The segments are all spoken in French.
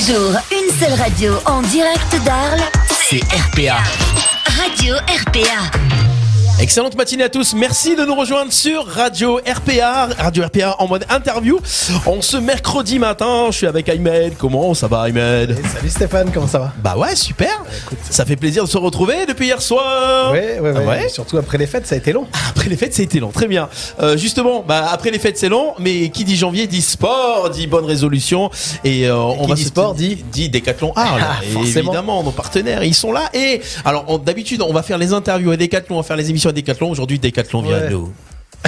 jours, une seule radio en direct d'Arles, c'est RPA. Radio RPA. Excellente matinée à tous, merci de nous rejoindre sur Radio RPA en mode interview. En ce mercredi matin, je suis avec Ahmed. Comment ça va, Ahmed? Salut Stéphane, comment ça va? Bah ouais, super. Écoute, ça fait plaisir de se retrouver depuis hier soir. Ouais. Surtout après les fêtes, ça a été long. Après les fêtes, ça a été long, très bien. Justement, après les fêtes, c'est long, mais qui dit janvier dit sport, dit bonne résolution. Et on va dit sport, dit Décathlon Arles. Et évidemment, nos partenaires, ils sont là. Et alors, d'habitude, on va faire les interviews à Décathlon, on va faire les émissions à Décathlon. Aujourd'hui, Décathlon vient à nous.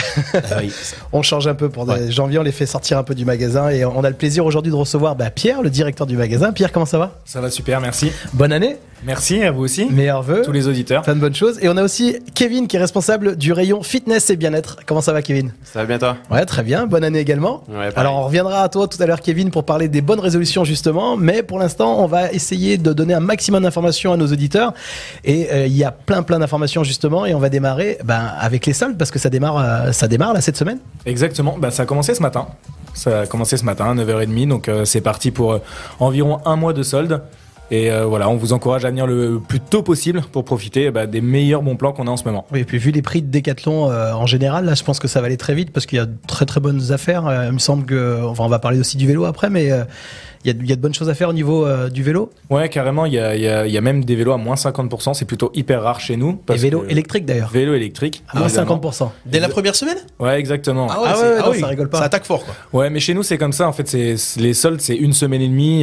Oui. On change un peu pour janvier, on les fait sortir un peu du magasin et on a le plaisir aujourd'hui de recevoir Pierre, le directeur du magasin. Pierre, comment ça va? Ça va super, merci. Bonne année. Merci à vous aussi. Meilleurs vœux. Tous les auditeurs. Plein de bonnes choses. Et on a aussi Kevin qui est responsable du rayon fitness et bien-être. Comment ça va, Kevin? Ça va bien, toi? Ouais, très bien. Bonne année également. Ouais, alors on reviendra à toi tout à l'heure, Kevin, pour parler des bonnes résolutions justement. Mais pour l'instant, on va essayer de donner un maximum d'informations à nos auditeurs. Et il y a plein d'informations justement. Et on va démarrer avec les soldes parce que ça démarre là cette semaine. Exactement. Ça a commencé ce matin. Ça a commencé ce matin, 9h30. Donc c'est parti pour environ un mois de soldes. Et voilà, on vous encourage à venir le plus tôt possible pour profiter des meilleurs bons plans qu'on a en ce moment. Oui, et puis vu les prix de Décathlon en général, là, je pense que ça va aller très vite parce qu'il y a de très bonnes affaires. Il me semble que, on va parler aussi du vélo après, mais il y a de bonnes choses à faire au niveau du vélo. Ouais, carrément. Il y a même des vélos à moins 50%. C'est plutôt hyper rare chez nous. Et vélo électrique d'ailleurs. Vélo électrique. À moins 50%. Dès la première semaine? Ouais, exactement. Oui. Ça rigole pas. Ça attaque fort, quoi. Ouais, mais chez nous, c'est comme ça. En fait, les soldes, c'est une semaine et demie.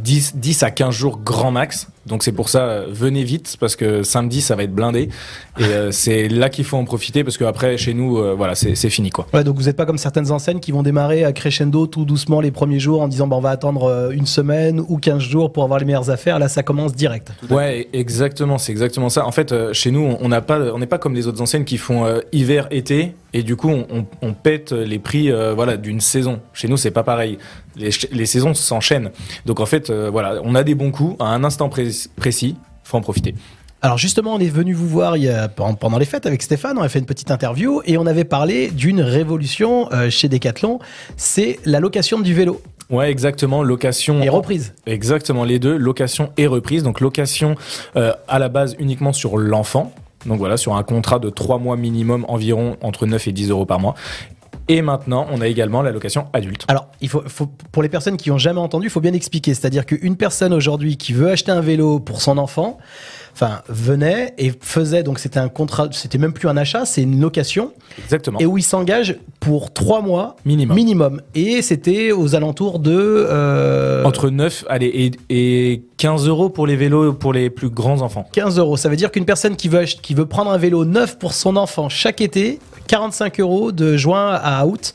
10 à 15 jours grand max. Donc c'est pour ça, venez vite parce que samedi ça va être blindé et c'est là qu'il faut en profiter parce qu'après chez nous c'est fini quoi. Ouais, donc vous n'êtes pas comme certaines enseignes qui vont démarrer à crescendo tout doucement les premiers jours en disant on va attendre une semaine ou 15 jours pour avoir les meilleures affaires. Là ça commence direct. Ouais, exactement, c'est exactement ça. En fait chez nous on n'est pas comme les autres enseignes qui font hiver-été et du coup on pète les prix d'une saison. Chez nous c'est pas pareil. Les saisons s'enchaînent. Donc en fait on a des bons coups à un instant précis, faut en profiter. Alors justement, on est venu vous voir pendant les fêtes avec Stéphane, on a fait une petite interview et on avait parlé d'une révolution chez Décathlon, c'est la location du vélo. Ouais, exactement, location et reprise. Exactement, les deux, location et reprise. Donc location à la base uniquement sur l'enfant. Donc voilà, sur un contrat de 3 mois minimum, environ entre 9 et 10 euros par mois. Et maintenant, on a également la location adulte. Alors, il faut pour les personnes qui n'ont jamais entendu, il faut bien expliquer. C'est-à-dire qu'une personne aujourd'hui qui veut acheter un vélo pour son enfant, venait et faisait, donc c'était un contrat, c'était même plus un achat, c'est une location. Exactement. Et où il s'engage pour 3 mois minimum. Et c'était aux alentours de... Entre 9 et 15 euros pour les vélos pour les plus grands enfants. 15 euros. Ça veut dire qu'une personne qui veut prendre un vélo neuf pour son enfant chaque été, 45 euros de juin à août.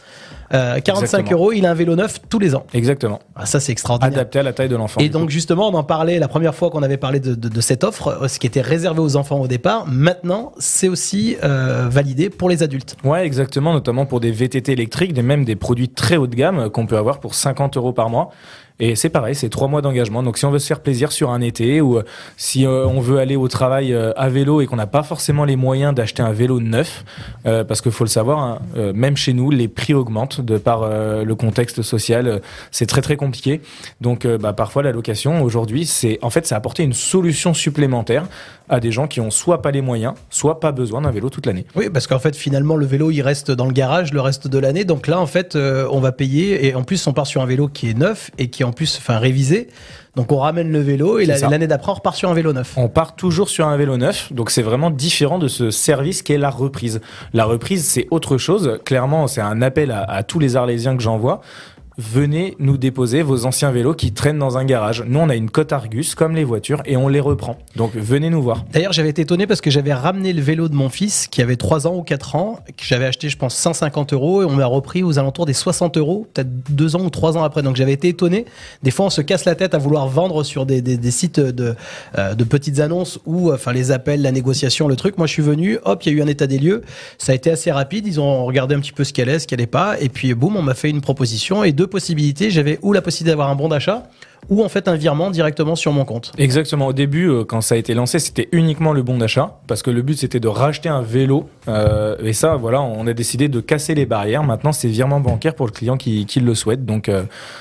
45 euros, il a un vélo neuf tous les ans. Exactement. Ah, ça, c'est extraordinaire. Adapté à la taille de l'enfant. Et donc, justement, on en parlait la première fois qu'on avait parlé de cette offre, ce qui était réservé aux enfants au départ. Maintenant, c'est aussi validé pour les adultes. Ouais, exactement, notamment pour des VTT électriques, même des produits très haut de gamme qu'on peut avoir pour 50 euros par mois. Et c'est pareil, c'est 3 mois d'engagement. Donc si on veut se faire plaisir sur un été ou si on veut aller au travail à vélo et qu'on n'a pas forcément les moyens d'acheter un vélo neuf, parce qu'il faut le savoir, même chez nous, les prix augmentent de par le contexte social. C'est très compliqué. Donc parfois la location aujourd'hui, c'est apporter une solution supplémentaire à des gens qui ont soit pas les moyens, soit pas besoin d'un vélo toute l'année. Oui, parce qu'en fait finalement le vélo il reste dans le garage le reste de l'année. Donc là en fait on va payer et en plus on part sur un vélo qui est neuf et qui est en plus révisé. Donc on ramène le vélo et l'année d'après on repart sur un vélo neuf. On part toujours sur un vélo neuf, donc c'est vraiment différent de ce service qu'est la reprise. La reprise c'est autre chose, clairement c'est un appel à tous les Arlésiens que j'envoie. Venez nous déposer vos anciens vélos qui traînent dans un garage. Nous, on a une cote Argus, comme les voitures, et on les reprend. Donc, venez nous voir. D'ailleurs, j'avais été étonné parce que j'avais ramené le vélo de mon fils, qui avait 3 ans ou 4 ans, que j'avais acheté, je pense, 150 euros, et on m'a repris aux alentours des 60 euros, peut-être 2 ans ou 3 ans après. Donc, j'avais été étonné. Des fois, on se casse la tête à vouloir vendre sur des sites de petites annonces où, les appels, la négociation, le truc. Moi, je suis venu, hop, il y a eu un état des lieux. Ça a été assez rapide. Ils ont regardé un petit peu ce qu'elle est, ce qu'elle n'est pas. Et puis, boum, on m'a fait une proposition et 2 possibilités. J'avais ou la possibilité d'avoir un bon d'achat ou en fait un virement directement sur mon compte. Exactement. Au début, quand ça a été lancé, c'était uniquement le bon d'achat parce que le but c'était de racheter un vélo. Et ça, voilà, on a décidé de casser les barrières. Maintenant, c'est virement bancaire pour le client qui le souhaite. Donc,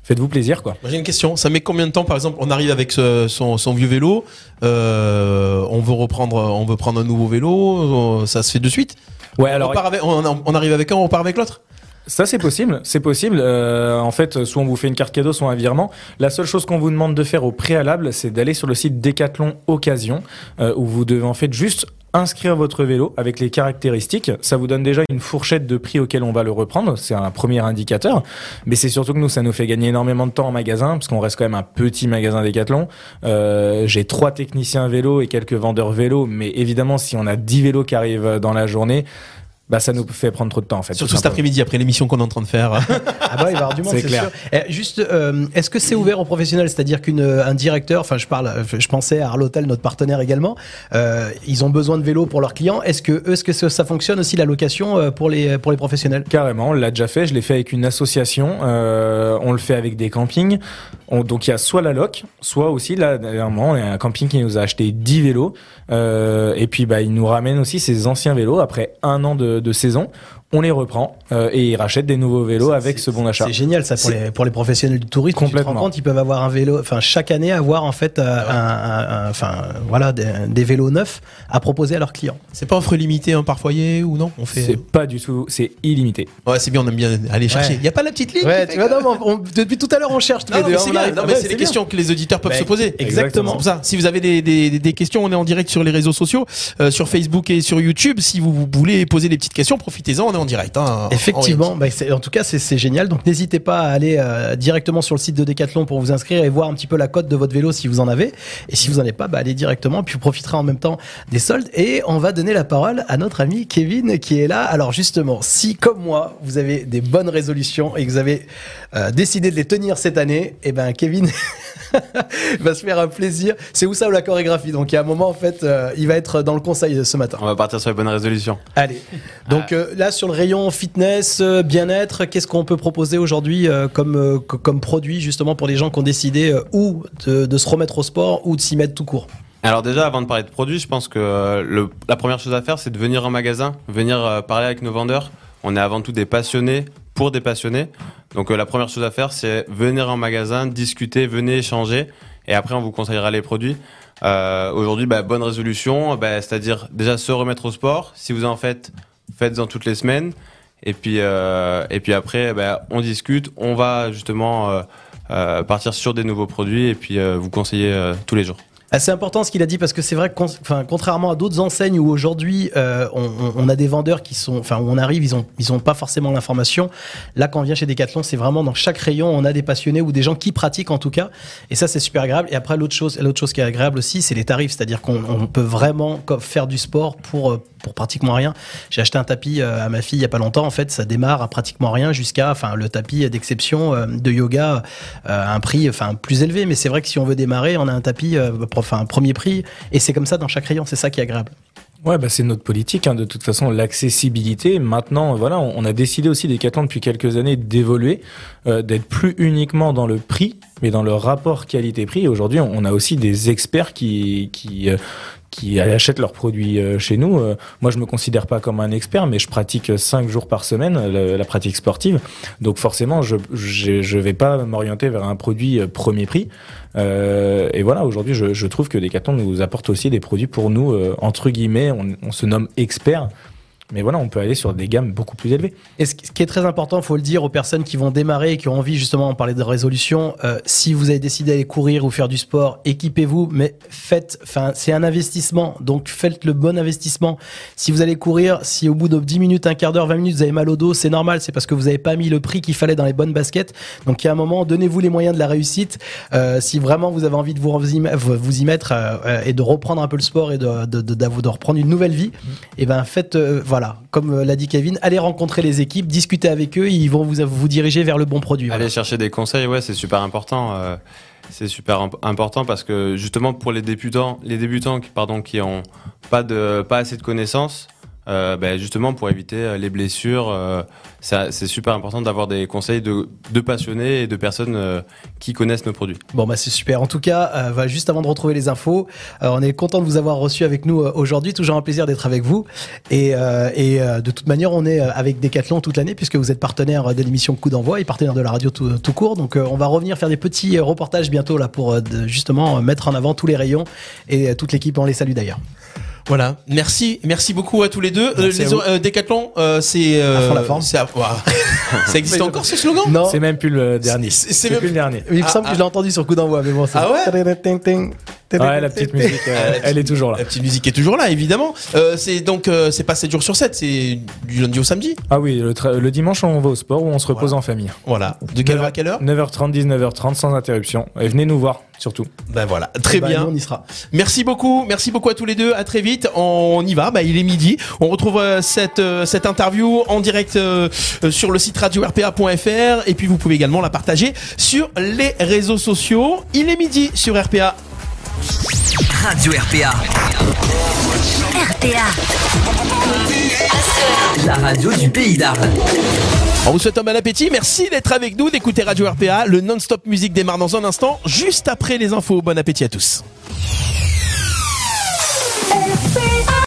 faites-vous plaisir, quoi. Moi, j'ai une question. Ça met combien de temps, par exemple, on arrive avec son vieux vélo, on veut prendre un nouveau vélo, ça se fait de suite? Ouais, alors on arrive avec un, on part avec l'autre? ça c'est possible. En fait, soit on vous fait une carte cadeau, soit un virement. La seule chose qu'on vous demande de faire au préalable, c'est d'aller sur le site Decathlon Occasion, où vous devez en fait juste inscrire votre vélo avec les caractéristiques. Ça vous donne déjà une fourchette de prix auquel on va le reprendre. C'est un premier indicateur. Mais c'est surtout que nous, ça nous fait gagner énormément de temps en magasin, parce qu'on reste quand même un petit magasin Decathlon. J'ai 3 techniciens vélo et quelques vendeurs vélo. Mais évidemment, si on a 10 vélos qui arrivent dans la journée, bah ça nous fait prendre trop de temps en fait. Surtout cet après-midi après l'émission qu'on est en train de faire. Ah bah il va y avoir du monde, c'est clair. sûr. Juste, est-ce que c'est ouvert aux professionnels, c'est-à-dire qu'un directeur, enfin je pensais à Arlotel, notre partenaire également, ils ont besoin de vélos pour leurs clients. Est-ce que ça fonctionne aussi la location pour les professionnels? Carrément, on l'a déjà fait. Je l'ai fait avec une association. On le fait avec des campings. Donc il y a soit la loc, soit aussi là dernièrement il y a un camping qui nous a acheté 10 vélos. Et puis bah il nous ramène aussi ses anciens vélos après 1 an de saison. On les reprend et ils rachètent des nouveaux vélos avec ce bon d'achat. C'est génial ça pour les professionnels du tourisme. Complètement. Tu te rends compte, ils peuvent avoir un vélo, enfin chaque année avoir en fait des vélos neufs à proposer à leurs clients. C'est pas offre limitée par foyer ou non? C'est pas du tout, c'est illimité. Ouais, c'est bien, on aime bien aller chercher. Il y a pas la petite ligne? Ouais, tu vois, depuis tout à l'heure on cherche tous les deux. C'est bien. C'est les questions que les auditeurs peuvent se poser. Exactement. C'est pour ça. Si vous avez des questions, on est en direct sur les réseaux sociaux, sur Facebook et sur YouTube. Si vous voulez poser des petites questions, profitez-en, on est en direct. Effectivement, en tout cas c'est génial. Donc n'hésitez pas à aller directement sur le site de Decathlon pour vous inscrire et voir un petit peu la cote de votre vélo si vous en avez. Et si vous en avez pas, allez directement. Puis vous profiterez en même temps des soldes. Et on va donner la parole à notre ami Kevin qui est là. Alors justement, si comme moi vous avez des bonnes résolutions et que vous avez décidé de les tenir cette année, et ben Kevin va se faire un plaisir. C'est où ça ou la chorégraphie? Donc il y a un moment en fait, il va être dans le conseil ce matin. On va partir sur les bonnes résolutions. Allez. Donc là sur le rayon fitness, bien-être, qu'est-ce qu'on peut proposer aujourd'hui comme produit justement pour les gens qui ont décidé ou de se remettre au sport ou de s'y mettre tout court? Alors déjà, avant de parler de produits, je pense que la première chose à faire, c'est de venir en magasin, venir parler avec nos vendeurs. On est avant tout des passionnés pour des passionnés. Donc la première chose à faire, c'est venir en magasin, discuter, venez échanger. Et après, on vous conseillera les produits. Aujourd'hui, bonne résolution, c'est-à-dire déjà se remettre au sport. Si vous en faites-en toutes les semaines. Et puis après, on discute. On va justement partir sur des nouveaux produits et puis vous conseiller tous les jours. C'est important ce qu'il a dit parce que c'est vrai que contrairement à d'autres enseignes où aujourd'hui on a des vendeurs qui sont, où on arrive, ils ont pas forcément l'information. Là, quand on vient chez Decathlon, c'est vraiment dans chaque rayon, on a des passionnés ou des gens qui pratiquent en tout cas. Et ça, c'est super agréable. Et après, l'autre chose qui est agréable aussi, c'est les tarifs. C'est-à-dire qu'on peut vraiment faire du sport pour pratiquement rien. J'ai acheté un tapis à ma fille il y a pas longtemps. En fait, ça démarre à pratiquement rien jusqu'à, le tapis d'exception de yoga à un prix, plus élevé. Mais c'est vrai que si on veut démarrer, on a un tapis, premier prix. Et c'est comme ça dans chaque rayon. C'est ça qui est agréable. Ouais, c'est notre politique, de toute façon, l'accessibilité. Maintenant, voilà, on a décidé aussi, Decathlon, depuis quelques années, d'évoluer, d'être plus uniquement dans le prix, mais dans le rapport qualité-prix. Et aujourd'hui, on a aussi des experts qui achètent leurs produits chez nous. Moi, je me considère pas comme un expert, mais je pratique 5 jours par semaine la pratique sportive. Donc forcément, je vais pas m'orienter vers un produit premier prix. Et voilà, aujourd'hui, je trouve que Decathlon nous apporte aussi des produits pour nous, entre guillemets, on se nomme experts. Mais voilà, on peut aller sur des gammes beaucoup plus élevées. Et ce qui est très important, il faut le dire aux personnes qui vont démarrer et qui ont envie, justement, on parlait de résolution, si vous avez décidé d'aller courir ou faire du sport, équipez-vous, mais c'est un investissement, donc faites le bon investissement. Si vous allez courir, si au bout de 10 minutes, un quart d'heure, 20 minutes, vous avez mal au dos, c'est normal, c'est parce que vous n'avez pas mis le prix qu'il fallait dans les bonnes baskets. Donc il y a un moment, donnez-vous les moyens de la réussite. Si vraiment vous avez envie de vous y mettre et de reprendre un peu le sport et de reprendre une nouvelle vie, et faites... Voilà, comme l'a dit Kevin, allez rencontrer les équipes, discuter avec eux, ils vont vous diriger vers le bon produit. Aller chercher des conseils, c'est super important. C'est super important parce que justement pour les débutants qui ont pas assez de connaissances, justement pour éviter les blessures. C'est super important d'avoir des conseils de passionnés et de personnes qui connaissent nos produits. Bon c'est super. En tout cas, juste avant de retrouver les infos, on est content de vous avoir reçu avec nous aujourd'hui. Toujours un plaisir d'être avec vous. Et de toute manière, on est avec Decathlon toute l'année puisque vous êtes partenaire de l'émission Coup d'envoi et partenaire de la radio tout court. Donc on va revenir faire des petits reportages bientôt là pour justement mettre en avant tous les rayons et toute l'équipe. On les salue d'ailleurs. Voilà, merci beaucoup à tous les deux. Decathlon, c'est à fond la forme. Ça existe encore ce slogan? Non, c'est même plus le dernier. C'est plus le dernier. Il me semble que je l'ai entendu sur Coup d'envoi, mais bon. Ah ouais. Ouais, la petite musique, elle est toujours là. La petite musique est toujours là, évidemment. C'est donc c'est pas 7 jours sur 7, c'est du lundi au samedi. Ah oui, le dimanche on va au sport où on se repose en famille. Voilà. De quelle heure à quelle heure? 9h30, 19h30 sans interruption. Et venez nous voir surtout. Ben voilà, très bien. Nous, on y sera. Merci beaucoup à tous les deux. À très vite. On y va. Il est midi. On retrouve cette interview en direct sur le site radio-rpa.fr et puis vous pouvez également la partager sur les réseaux sociaux. Il est midi sur RPA. Radio RPA. RPA. La radio du pays d'Arles. On vous souhaite un bon appétit. Merci d'être avec nous, d'écouter Radio RPA. Le non-stop musique démarre dans un instant, juste après les infos. Bon appétit à tous.